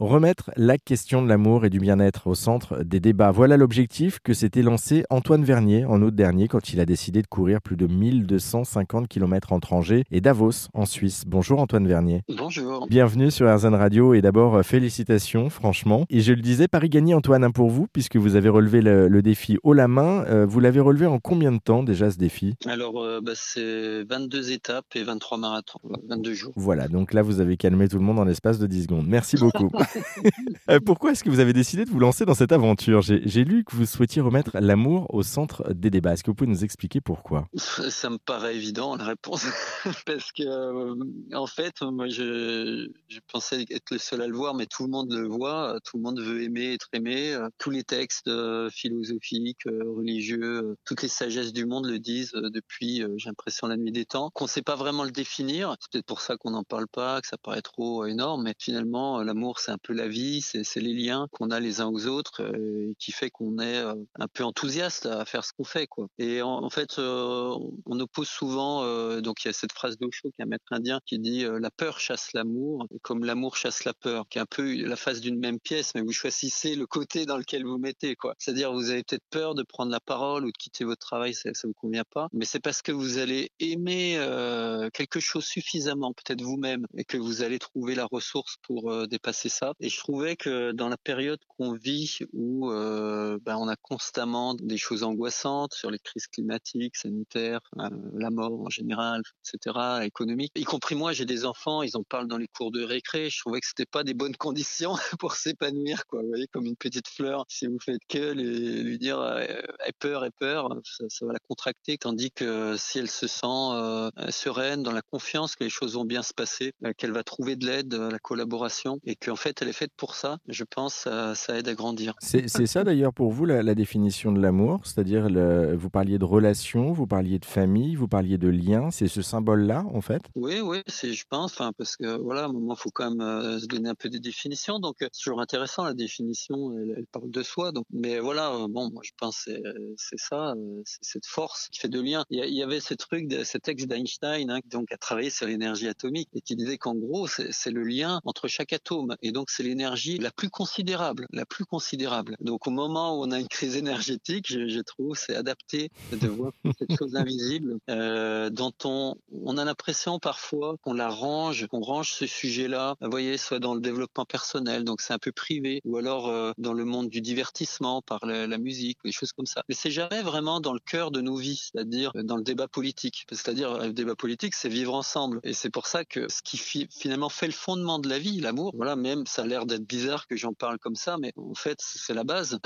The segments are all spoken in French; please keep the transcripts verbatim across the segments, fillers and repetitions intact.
Remettre la question de l'amour et du bien-être au centre des débats. Voilà l'objectif que s'était lancé Antoine Vernier en août dernier quand il a décidé de courir plus de mille deux cent cinquante kilomètres entre Angers et Davos en Suisse. Bonjour Antoine Vernier. Bonjour. Bienvenue sur R Z N Radio et d'abord euh, félicitations franchement. Et je le disais, Paris gagné Antoine hein, pour vous puisque vous avez relevé le, le défi haut la main. Euh, vous l'avez relevé en combien de temps déjà ce défi? Alors, euh, bah, c'est vingt-deux étapes et vingt-trois marathons, vingt-deux jours. Voilà, donc là vous avez calmé tout le monde en l'espace de dix secondes. Merci beaucoup. Euh, pourquoi est-ce que vous avez décidé de vous lancer dans cette aventure? J'ai, j'ai lu que vous souhaitiez remettre l'amour au centre des débats. Est-ce que vous pouvez nous expliquer pourquoi? Ça me paraît évident la réponse parce que euh, en fait, moi je, je pensais être le seul à le voir, mais tout le monde le voit, tout le monde veut aimer, être aimé. Tous les textes euh, philosophiques, euh, religieux, euh, toutes les sagesses du monde le disent euh, depuis, euh, j'ai l'impression, la nuit des temps. Qu'on ne sait pas vraiment le définir, c'est peut-être pour ça qu'on n'en parle pas, que ça paraît trop euh, énorme, mais finalement euh, l'amour c'est un peu la vie, c'est, c'est les liens qu'on a les uns aux autres euh, et qui fait qu'on est euh, un peu enthousiaste à faire ce qu'on fait, quoi. Et en, en fait, euh, on oppose souvent, euh, donc il y a cette phrase d'Osho, qui est un maître indien, qui dit euh, la peur chasse l'amour, comme l'amour chasse la peur, qui est un peu la face d'une même pièce, mais vous choisissez le côté dans lequel vous mettez, quoi. C'est-à-dire, vous avez peut-être peur de prendre la parole ou de quitter votre travail, ça, ça vous convient pas, mais c'est parce que vous allez aimer euh, quelque chose suffisamment, peut-être vous-même, et que vous allez trouver la ressource pour euh, dépasser ça. Et je trouvais que dans la période qu'on vit, où euh, ben, on a constamment des choses angoissantes sur les crises climatiques, sanitaires, euh, la mort en général, et cetera, économique. Y compris moi, j'ai des enfants, ils en parlent dans les cours de récré. Je trouvais que c'était pas des bonnes conditions pour s'épanouir, quoi. Vous voyez, comme une petite fleur, si vous faites que lui, lui dire euh, aie peur, aie peur, ça, ça va la contracter. Tandis que si elle se sent euh, sereine, dans la confiance que les choses vont bien se passer, euh, qu'elle va trouver de l'aide, euh, la collaboration, et qu'en fait elle est faite pour ça, je pense, ça, ça aide à grandir. C'est, c'est ça d'ailleurs pour vous la, la définition de l'amour, c'est-à-dire le, vous parliez de relation, vous parliez de famille, vous parliez de lien, c'est ce symbole-là en fait? Oui, oui, c'est, je pense, enfin, parce que voilà, à un moment, faut quand même euh, se donner un peu des définitions. Donc, euh, c'est toujours intéressant la définition. Elle, elle parle de soi. Donc, mais voilà, euh, bon, moi, je pense c'est c'est ça, euh, c'est cette force qui fait de lien. Il y, a, il y avait ce truc, de, ce texte d'Einstein, hein, donc a travaillé sur l'énergie atomique et qui disait qu'en gros, c'est, c'est le lien entre chaque atome. Et donc, c'est l'énergie la plus considérable, la plus considérable. Donc, au moment où on a une crise énergétique, je, je trouve, c'est adapté de voir cette chose invisible euh, dont on, on a l'impression parfois qu'on la range, qu'on range ce sujet-là, vous voyez, soit dans le développement personnel, donc c'est un peu privé, ou alors euh, dans le monde du divertissement, par la, la musique, des choses comme ça. Mais c'est jamais vraiment dans le cœur de nos vies, c'est-à-dire dans le débat politique. C'est-à-dire, le débat politique, c'est vivre ensemble. Et c'est pour ça que ce qui fi- finalement fait le fondement de la vie, l'amour, voilà, même ça a l'air d'être bizarre que j'en parle comme ça, mais en fait, c'est la base.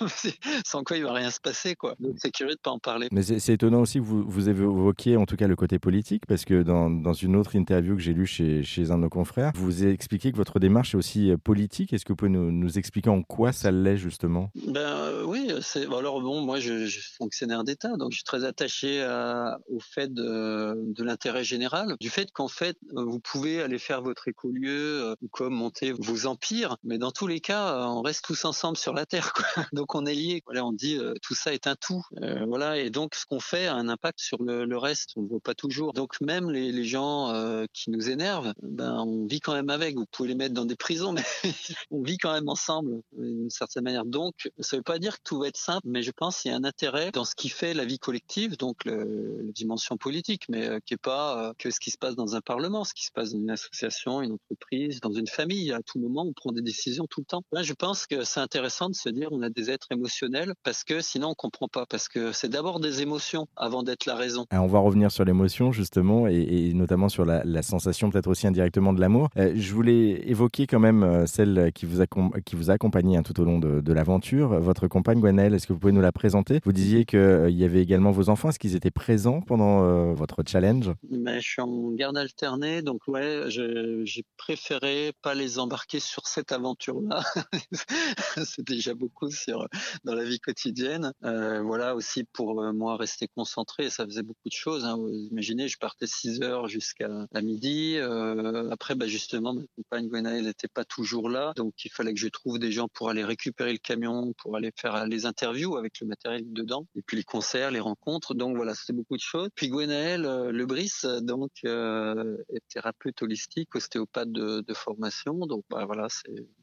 Sans quoi il va rien se passer, quoi. Donc c'est curieux de pas en parler. Mais c'est, c'est étonnant aussi que vous, vous évoquiez en tout cas le côté politique, parce que dans, dans une autre interview que j'ai lue chez, chez un de nos confrères, vous avez expliqué que votre démarche est aussi euh, politique. Est-ce que vous pouvez nous, nous expliquer en quoi ça l'est justement? Ben euh, oui, c'est alors bon, moi je, je suis fonctionnaire d'État, donc je suis très attaché à, au fait de, de l'intérêt général, du fait qu'en fait vous pouvez aller faire votre écolieu euh, ou comme monter vos empires, mais dans tous les cas euh, on reste tous ensemble sur la terre, quoi. Donc on est liés. Voilà, on dit euh, tout ça est un tout, euh, voilà, et donc ce qu'on fait a un impact sur le, le reste, on ne le voit pas toujours. Donc même les, les gens euh, qui nous énervent, ben on vit quand même avec. Vous pouvez les mettre dans des prisons, mais on vit quand même ensemble d'une certaine manière. Donc, ça ne veut pas dire que tout va être simple, mais je pense qu'il y a un intérêt dans ce qui fait la vie collective, donc le, la dimension politique, mais euh, qui n'est pas euh, que ce qui se passe dans un parlement, ce qui se passe dans une association, une entreprise, dans une famille. À tout moment, on prend des décisions tout le temps. Là, je pense que c'est intéressant de se dire on a des êtres émotionnels parce que sinon on comprend pas, parce que c'est d'abord des émotions avant d'être la raison. Ah, on va revenir sur l'émotion justement et, et notamment sur la, la sensation peut-être aussi indirectement de l'amour. Euh, je voulais évoquer quand même euh, celle qui vous, accom- qui vous a accompagné hein, tout au long de, de l'aventure. Votre compagne Gwenaëlle, est-ce que vous pouvez nous la présenter? Vous disiez qu'il euh, y avait également vos enfants. Est-ce qu'ils étaient présents pendant euh, votre challenge? Mais je suis en garde alternée, donc ouais, je, j'ai préféré pas les embarquer sur cette aventure-là. C'est déjà beaucoup sur dans la vie quotidienne. Euh, voilà aussi pour euh, moi rester concentré, ça faisait beaucoup de choses. Hein. Vous imaginez, je partais six heures jusqu'à à midi. Euh, après, bah justement, ma compagne Gwenaëlle n'était pas toujours là, donc il fallait que je trouve des gens pour aller récupérer le camion, pour aller faire les interviews avec le matériel dedans, et puis les concerts, les rencontres. Donc voilà, c'était beaucoup de choses. Puis Gwenaëlle euh, Lebris, donc euh, est thérapeute holistique, ostéopathe de, de formation. Donc bah, voilà, c'est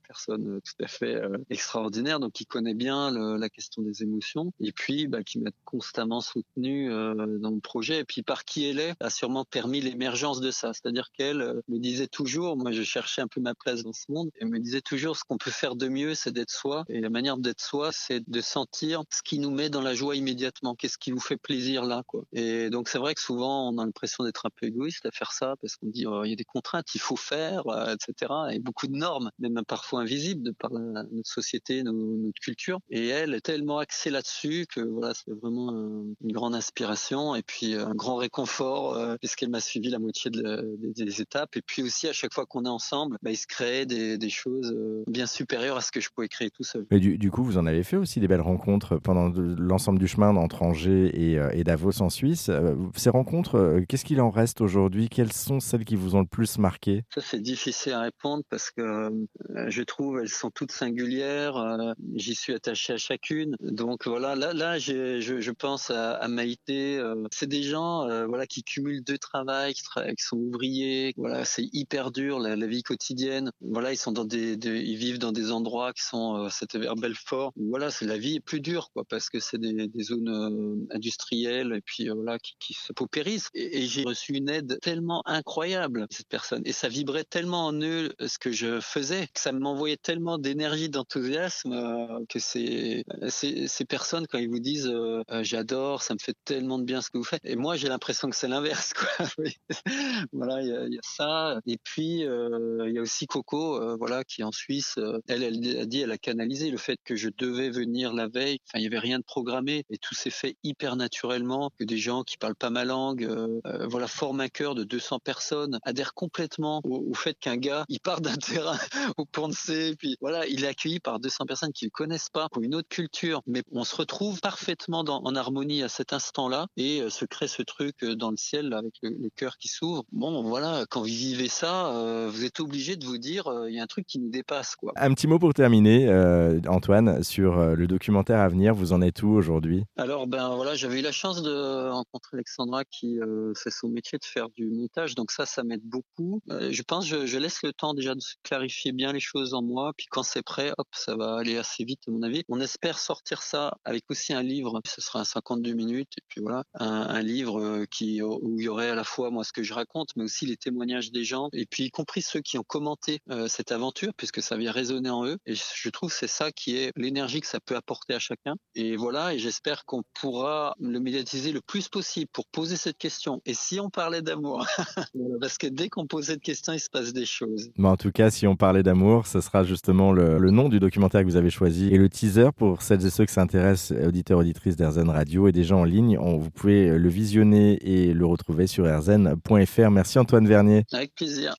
personne euh, tout à fait euh, extraordinaire, donc qui connaît bien le, la question des émotions, et puis bah, qui m'a constamment soutenu euh, dans mon projet, et puis par qui elle est, a sûrement permis l'émergence de ça. C'est-à-dire qu'elle euh, me disait toujours, moi je cherchais un peu ma place dans ce monde, elle me disait toujours ce qu'on peut faire de mieux, c'est d'être soi, et la manière d'être soi, c'est de sentir ce qui nous met dans la joie immédiatement, qu'est-ce qui vous fait plaisir là, quoi. Et donc c'est vrai que souvent on a l'impression d'être un peu égoïste à faire ça, parce qu'on dit oh, il y a des contraintes, il faut faire, euh, et cetera. Et beaucoup de normes, même parfois invisibles de par la, notre société, nos, notre culture. Et elle est tellement axée là-dessus que voilà, c'est vraiment un, une grande inspiration et puis un grand réconfort, euh, puisqu'elle m'a suivi la moitié de la, des, des étapes. Et puis aussi à chaque fois qu'on est ensemble, bah, il se crée des, des choses bien supérieures à ce que je pouvais créer tout seul. Mais du, du coup, vous en avez fait aussi des belles rencontres pendant de, l'ensemble du chemin entre Angers et, euh, et Davos en Suisse. Euh, ces rencontres, euh, qu'est-ce qu'il en reste aujourd'hui? Quelles sont celles qui vous ont le plus marqué? Ça, c'est difficile à répondre parce que euh, je trouve elles sont toutes singulières. Euh, j'y suis attaché à chacune. Donc voilà, là, là, je, je pense à, à Maïté. Euh, c'est des gens, euh, voilà, qui cumulent deux travails, qui, tra- qui sont ouvriers. Voilà, c'est hyper dur la, la vie quotidienne. Voilà, ils sont dans des, des, ils vivent dans des endroits qui sont, euh, c'était vers Belfort. Voilà, c'est la vie est plus dure, quoi, parce que c'est des, des zones euh, industrielles et puis euh, voilà qui, qui se paupérisent. Et, et j'ai reçu une aide tellement incroyable cette personne et ça vibrait tellement en eux ce que je faisais que ça m'envoyait tellement d'énergie, d'enthousiasme euh, que ces, ces ces personnes quand ils vous disent euh, euh, j'adore, ça me fait tellement de bien ce que vous faites. Et moi j'ai l'impression que c'est l'inverse, quoi. Voilà, il y a, y a ça. Et puis euh, il y a aussi Coco, euh, voilà, qui est en Suisse. Euh, elle, elle a dit, elle a canalisé le fait que je devais venir la veille. Enfin, il y avait rien de programmé et tout s'est fait hyper naturellement. Que des gens qui parlent pas ma langue, euh, euh, voilà, forment un cœur de deux cents personnes, adhèrent complètement au, au fait qu'un gars, il part d'un terrain au Ponce, puis voilà, il est accueilli par deux cents personnes qui le connaissent pas, qui ont une autre culture, mais on se retrouve parfaitement dans, en harmonie à cet instant-là et euh, se crée ce truc euh, dans le ciel là, avec le, le cœur qui s'ouvre. Bon, voilà, quand vous vivez ça, euh, vous êtes obligé de vous dire, il euh, y a un truc qui nous dépasse, quoi. Un petit mot pour terminer, euh, Antoine, sur euh, le documentaire à venir. Vous en êtes où aujourd'hui? Alors ben voilà, j'avais eu la chance de rencontrer Alexandra qui euh, fait son métier de faire du montage, donc ça, ça m'aide beaucoup. Euh, je pense, je, je laisse le temps déjà de clarifier bien les choses en moi, puis quand c'est prêt, hop, ça va aller assez vite à mon avis. On espère sortir ça avec aussi un livre, ce sera un cinquante-deux minutes, et puis voilà, un, un livre qui où il y aurait à la fois moi ce que je raconte, mais aussi les témoignages des gens, et puis y compris ceux qui ont commenté euh, cette aventure, puisque ça vient résonner en eux. Et je trouve que c'est ça qui est l'énergie que ça peut apporter à chacun. Et voilà, et j'espère qu'on pourra le médiatiser le plus possible pour poser cette question. Et si on parlait d'amour? Parce que dès qu'on pose cette question, il se passe des choses. Mais en tout cas, si on parlait d'amour, ce sera justement le, le nom du documentaire que vous avez choisi et le teaser pour celles et ceux qui s'intéressent, auditeurs, auditrices d'Airzen Radio et des gens en ligne. On, vous pouvez le visionner et le retrouver sur airzen point f r. Merci Antoine Vernier. Avec plaisir.